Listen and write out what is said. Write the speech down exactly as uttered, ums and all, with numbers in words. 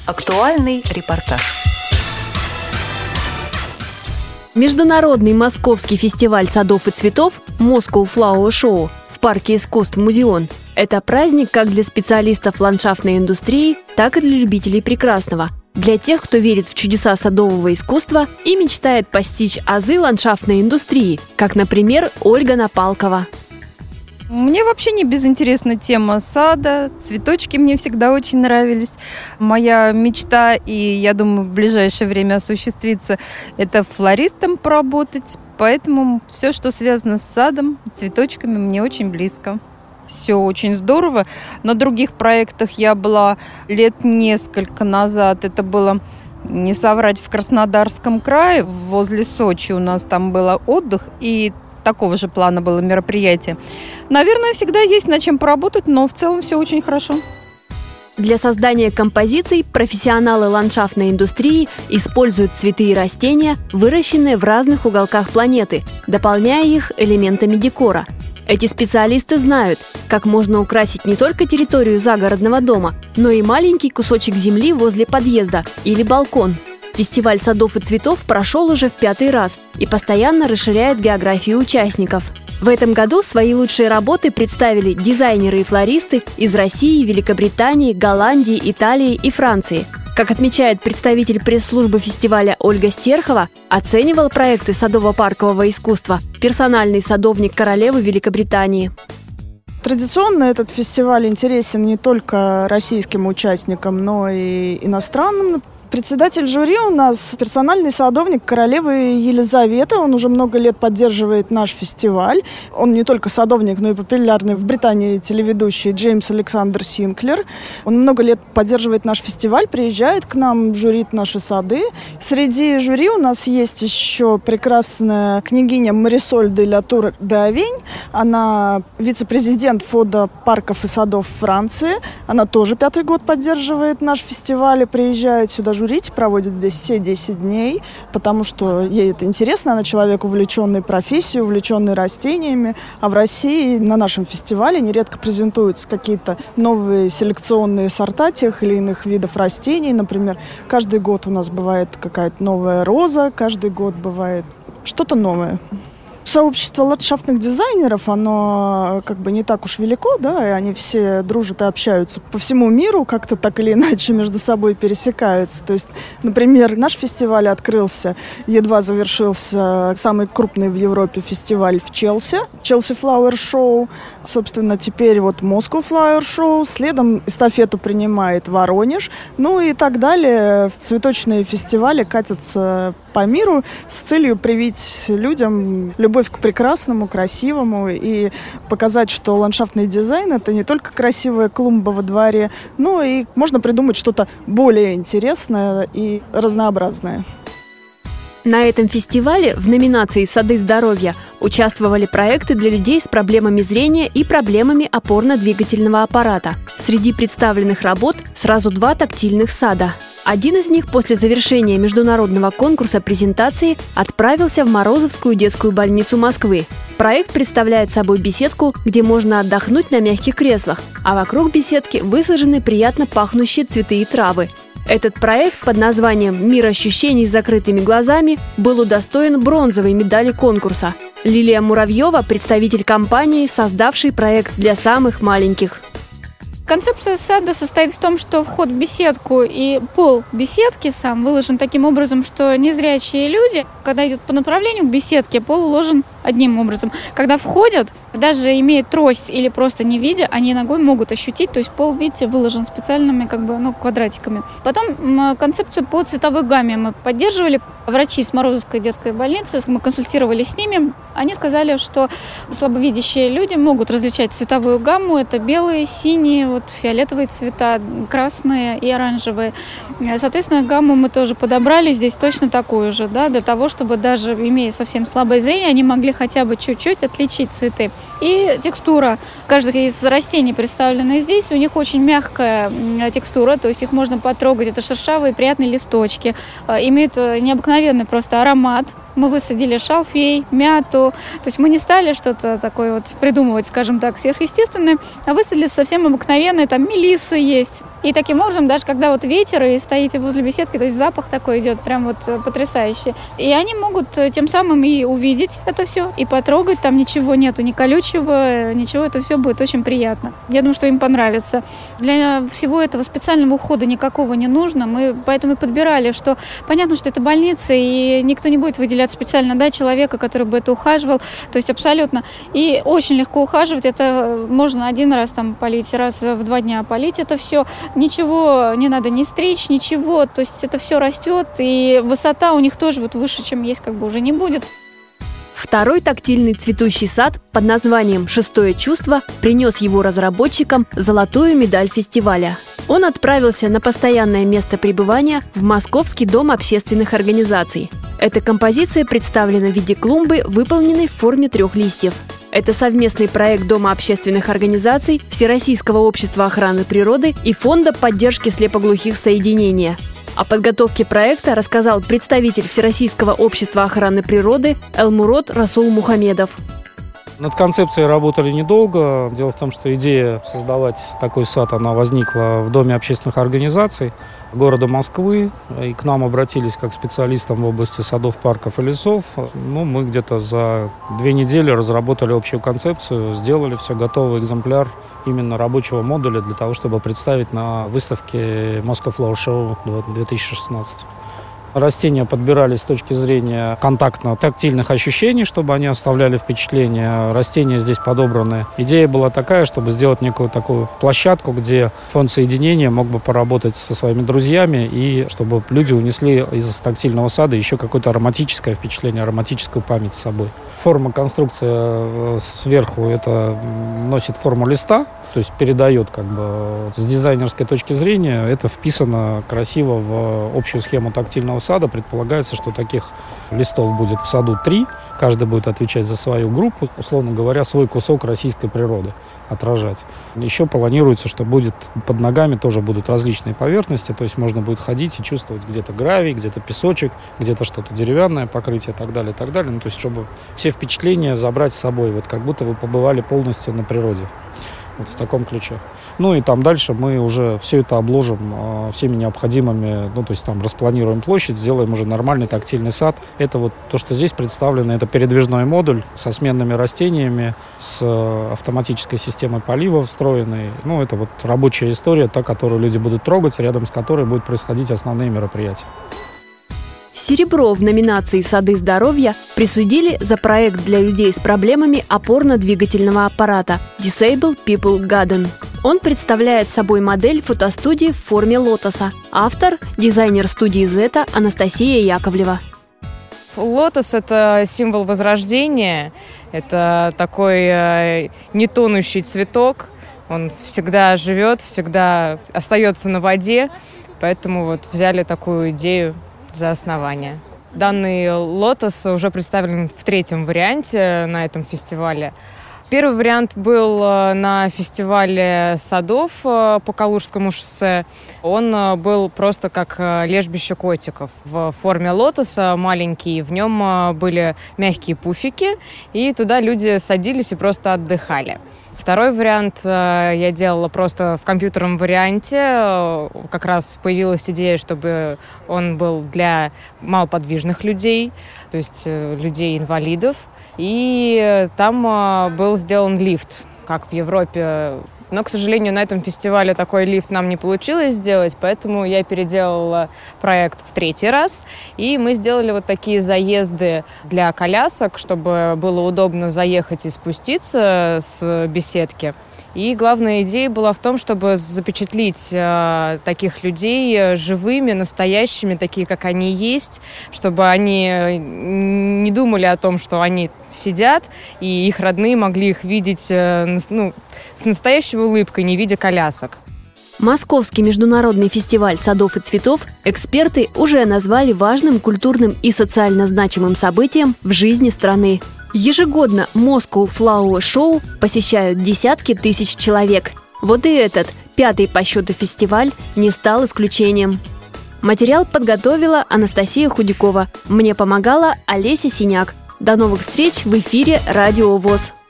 Актуальный репортаж. Международный московский фестиваль садов и цветов Moscow Flower Show в парке искусств «Музеон» – это праздник как для специалистов ландшафтной индустрии, так и для любителей прекрасного. Для тех, кто верит в чудеса садового искусства и мечтает постичь азы ландшафтной индустрии, как, например, Ольга Напалкова. Мне вообще не безинтересна тема сада, цветочки мне всегда очень нравились. Моя мечта, и я думаю, в ближайшее время осуществится, это флористом поработать. Поэтому все, что связано с садом, цветочками, мне очень близко. Все очень здорово. На других проектах я была лет несколько назад. Это было, не соврать, в Краснодарском крае, возле Сочи у нас там был отдых, и такого же плана было мероприятие. Наверное, всегда есть над чем поработать, но в целом все очень хорошо. Для создания композиций профессионалы ландшафтной индустрии используют цветы и растения, выращенные в разных уголках планеты, дополняя их элементами декора. Эти специалисты знают, как можно украсить не только территорию загородного дома, но и маленький кусочек земли возле подъезда или балкон. Фестиваль садов и цветов прошел уже в пятый раз и постоянно расширяет географию участников. В этом году свои лучшие работы представили дизайнеры и флористы из России, Великобритании, Голландии, Италии и Франции. Как отмечает представитель пресс-службы фестиваля Ольга Стерхова, оценивал проекты садово-паркового искусства персональный садовник королевы Великобритании. Традиционно этот фестиваль интересен не только российским участникам, но и иностранным. Председатель жюри у нас персональный садовник королевы Елизаветы. Он уже много лет поддерживает наш фестиваль. Он не только садовник, но и популярный в Британии телеведущий Джеймс Александр Синклер. Он много лет поддерживает наш фестиваль, приезжает к нам, жюрит наши сады. Среди жюри у нас есть еще прекрасная княгиня Марисоль де ля Тур де Авень. Она вице-президент фонда парков и садов Франции. Она тоже пятый год поддерживает наш фестиваль и приезжает сюда жюрить. Проводит здесь все десять дней, потому что ей это интересно. Она человек, увлеченный профессией, увлеченный растениями. А в России на нашем фестивале нередко презентуются какие-то новые селекционные сорта тех или иных видов растений. Например, каждый год у нас бывает какая-то новая роза, каждый год бывает что-то новое. Сообщество ландшафтных дизайнеров, оно как бы не так уж велико, да, и они все дружат и общаются по всему миру, как-то так или иначе между собой пересекаются. То есть, например, наш фестиваль открылся, едва завершился самый крупный в Европе фестиваль в Челси, Chelsea Flower Show. Собственно, теперь вот Moscow Flower Show, следом эстафету принимает Воронеж, ну и так далее. Цветочные фестивали катятся по миру с целью привить людям любовь к прекрасному, красивому и показать, что ландшафтный дизайн – это не только красивая клумба во дворе, но и можно придумать что-то более интересное и разнообразное. На этом фестивале в номинации «Сады здоровья» участвовали проекты для людей с проблемами зрения и проблемами опорно-двигательного аппарата. Среди представленных работ сразу два тактильных сада. Один из них после завершения международного конкурса презентации отправился в Морозовскую детскую больницу Москвы. Проект представляет собой беседку, где можно отдохнуть на мягких креслах, а вокруг беседки высажены приятно пахнущие цветы и травы. Этот проект под названием «Мир ощущений с закрытыми глазами» был удостоен бронзовой медали конкурса. Лилия Муравьева – представитель компании, создавшей проект для самых маленьких. Концепция сада состоит в том, что вход в беседку и пол беседки сам выложен таким образом, что незрячие люди, когда идут по направлению к беседке, пол уложен одним образом. Когда входят, даже имея трость или просто не видя, они ногой могут ощутить, то есть пол, видите, выложен специальными как бы, ну, квадратиками. Потом концепцию по цветовой гамме мы поддерживали. Врачи с Морозовской детской больницы, мы консультировали с ними, они сказали, что слабовидящие люди могут различать цветовую гамму. Это белые, синие, вот, фиолетовые цвета, красные и оранжевые. Соответственно, гамму мы тоже подобрали здесь точно такую же, да, для того, чтобы даже имея совсем слабое зрение, они могли хотя бы чуть-чуть отличить цветы. И текстура каждого из растений, представленных здесь, у них очень мягкая текстура, то есть их можно потрогать. Это шершавые, приятные листочки, имеют необыкновенный просто аромат. Мы высадили шалфей, мяту. То есть мы не стали что-то такое вот придумывать, скажем так, сверхъестественное, а высадили совсем обыкновенные, там мелиссы есть. И таким образом, даже когда вот ветер и стоите возле беседки, то есть запах такой идет прям вот потрясающий. И они могут тем самым и увидеть это все, и потрогать. Там ничего нету, ни колючего, ничего. Это все будет очень приятно. Я думаю, что им понравится. Для всего этого специального ухода никакого не нужно. Мы поэтому и подбирали, что понятно, что это больница, и никто не будет выделять специально, да, человека, который бы это ухаживал. То есть абсолютно. И очень легко ухаживать. Это можно один раз там полить, раз в два дня полить это все. Ничего не надо не стричь, ничего. То есть это все растет, и высота у них тоже вот выше, чем есть, как бы уже не будет. Второй тактильный цветущий сад под названием «Шестое чувство» принес его разработчикам золотую медаль фестиваля. Он отправился на постоянное место пребывания в Московский дом общественных организаций. Эта композиция представлена в виде клумбы, выполненной в форме трех листьев. Это совместный проект Дома общественных организаций, Всероссийского общества охраны природы и Фонда поддержки слепоглухих «Соединение». О подготовке проекта рассказал представитель Всероссийского общества охраны природы Элмурод Расул Мухамедов. Над концепцией работали недолго. Дело в том, что идея создавать такой сад, она возникла в Доме общественных организаций города Москвы. И к нам обратились как специалистам в области садов, парков и лесов. Ну, мы где-то за две недели разработали общую концепцию, сделали все, готовый экземпляр именно рабочего модуля для того, чтобы представить на выставке Moscow Flower Show две тысячи шестнадцать. Растения подбирались с точки зрения контактно-тактильных ощущений, чтобы они оставляли впечатление. Растения здесь подобраны. Идея была такая, чтобы сделать некую такую площадку, где фонд соединения мог бы поработать со своими друзьями, и чтобы люди унесли из тактильного сада еще какое-то ароматическое впечатление, ароматическую память с собой. Форма, конструкция сверху это носит форму листа, то есть передает как бы с дизайнерской точки зрения, это вписано красиво в общую схему тактильного сада. Предполагается, что таких листов будет в саду три, каждый будет отвечать за свою группу, условно говоря, свой кусок российской природы отражать. Еще планируется, что будет под ногами тоже будут различные поверхности, то есть можно будет ходить и чувствовать где-то гравий, где-то песочек, где-то что-то деревянное покрытие и так далее, и так далее. Ну, то есть чтобы все впечатления забрать с собой, вот как будто вы побывали полностью на природе. Вот в таком ключе. Ну и там дальше мы уже все это обложим э, всеми необходимыми, ну то есть там распланируем площадь, сделаем уже нормальный тактильный сад. Это вот то, что здесь представлено, это передвижной модуль со сменными растениями, с э, автоматической системой полива встроенной. Ну это вот рабочая история, та, которую люди будут трогать, рядом с которой будут происходить основные мероприятия. Серебро в номинации «Сады здоровья» присудили за проект для людей с проблемами опорно-двигательного аппарата Disabled People Garden. Он представляет собой модель фотостудии в форме лотоса. Автор – дизайнер студии Зета Анастасия Яковлева. Лотос – это символ возрождения, это такой э, нетонущий цветок. Он всегда живет, всегда остается на воде, поэтому вот взяли такую идею за основание. Данный лотос уже представлен в третьем варианте на этом фестивале. Первый вариант был на фестивале садов по Калужскому шоссе. Он был просто как лежбище котиков в форме лотоса, маленький. В нем были мягкие пуфики, и туда люди садились и просто отдыхали. Второй вариант я делала просто в компьютерном варианте. Как раз появилась идея, чтобы он был для малоподвижных людей, то есть людей-инвалидов. И там был сделан лифт, как в Европе. Но, к сожалению, на этом фестивале такой лифт нам не получилось сделать, поэтому я переделала проект в третий раз. И мы сделали вот такие заезды для колясок, чтобы было удобно заехать и спуститься с беседки. И главная идея была в том, чтобы запечатлеть э, таких людей живыми, настоящими, такие, как они есть, чтобы они не думали о том, что они сидят, и их родные могли их видеть э, ну, с настоящей улыбкой, не видя колясок. Московский международный фестиваль садов и цветов эксперты уже назвали важным культурным и социально значимым событием в жизни страны. Ежегодно Moscow Flower Show посещают десятки тысяч человек. Вот и этот, пятый по счету фестиваль, не стал исключением. Материал подготовила Анастасия Худякова. Мне помогала Олеся Синяк. До новых встреч в эфире Радио ВОС.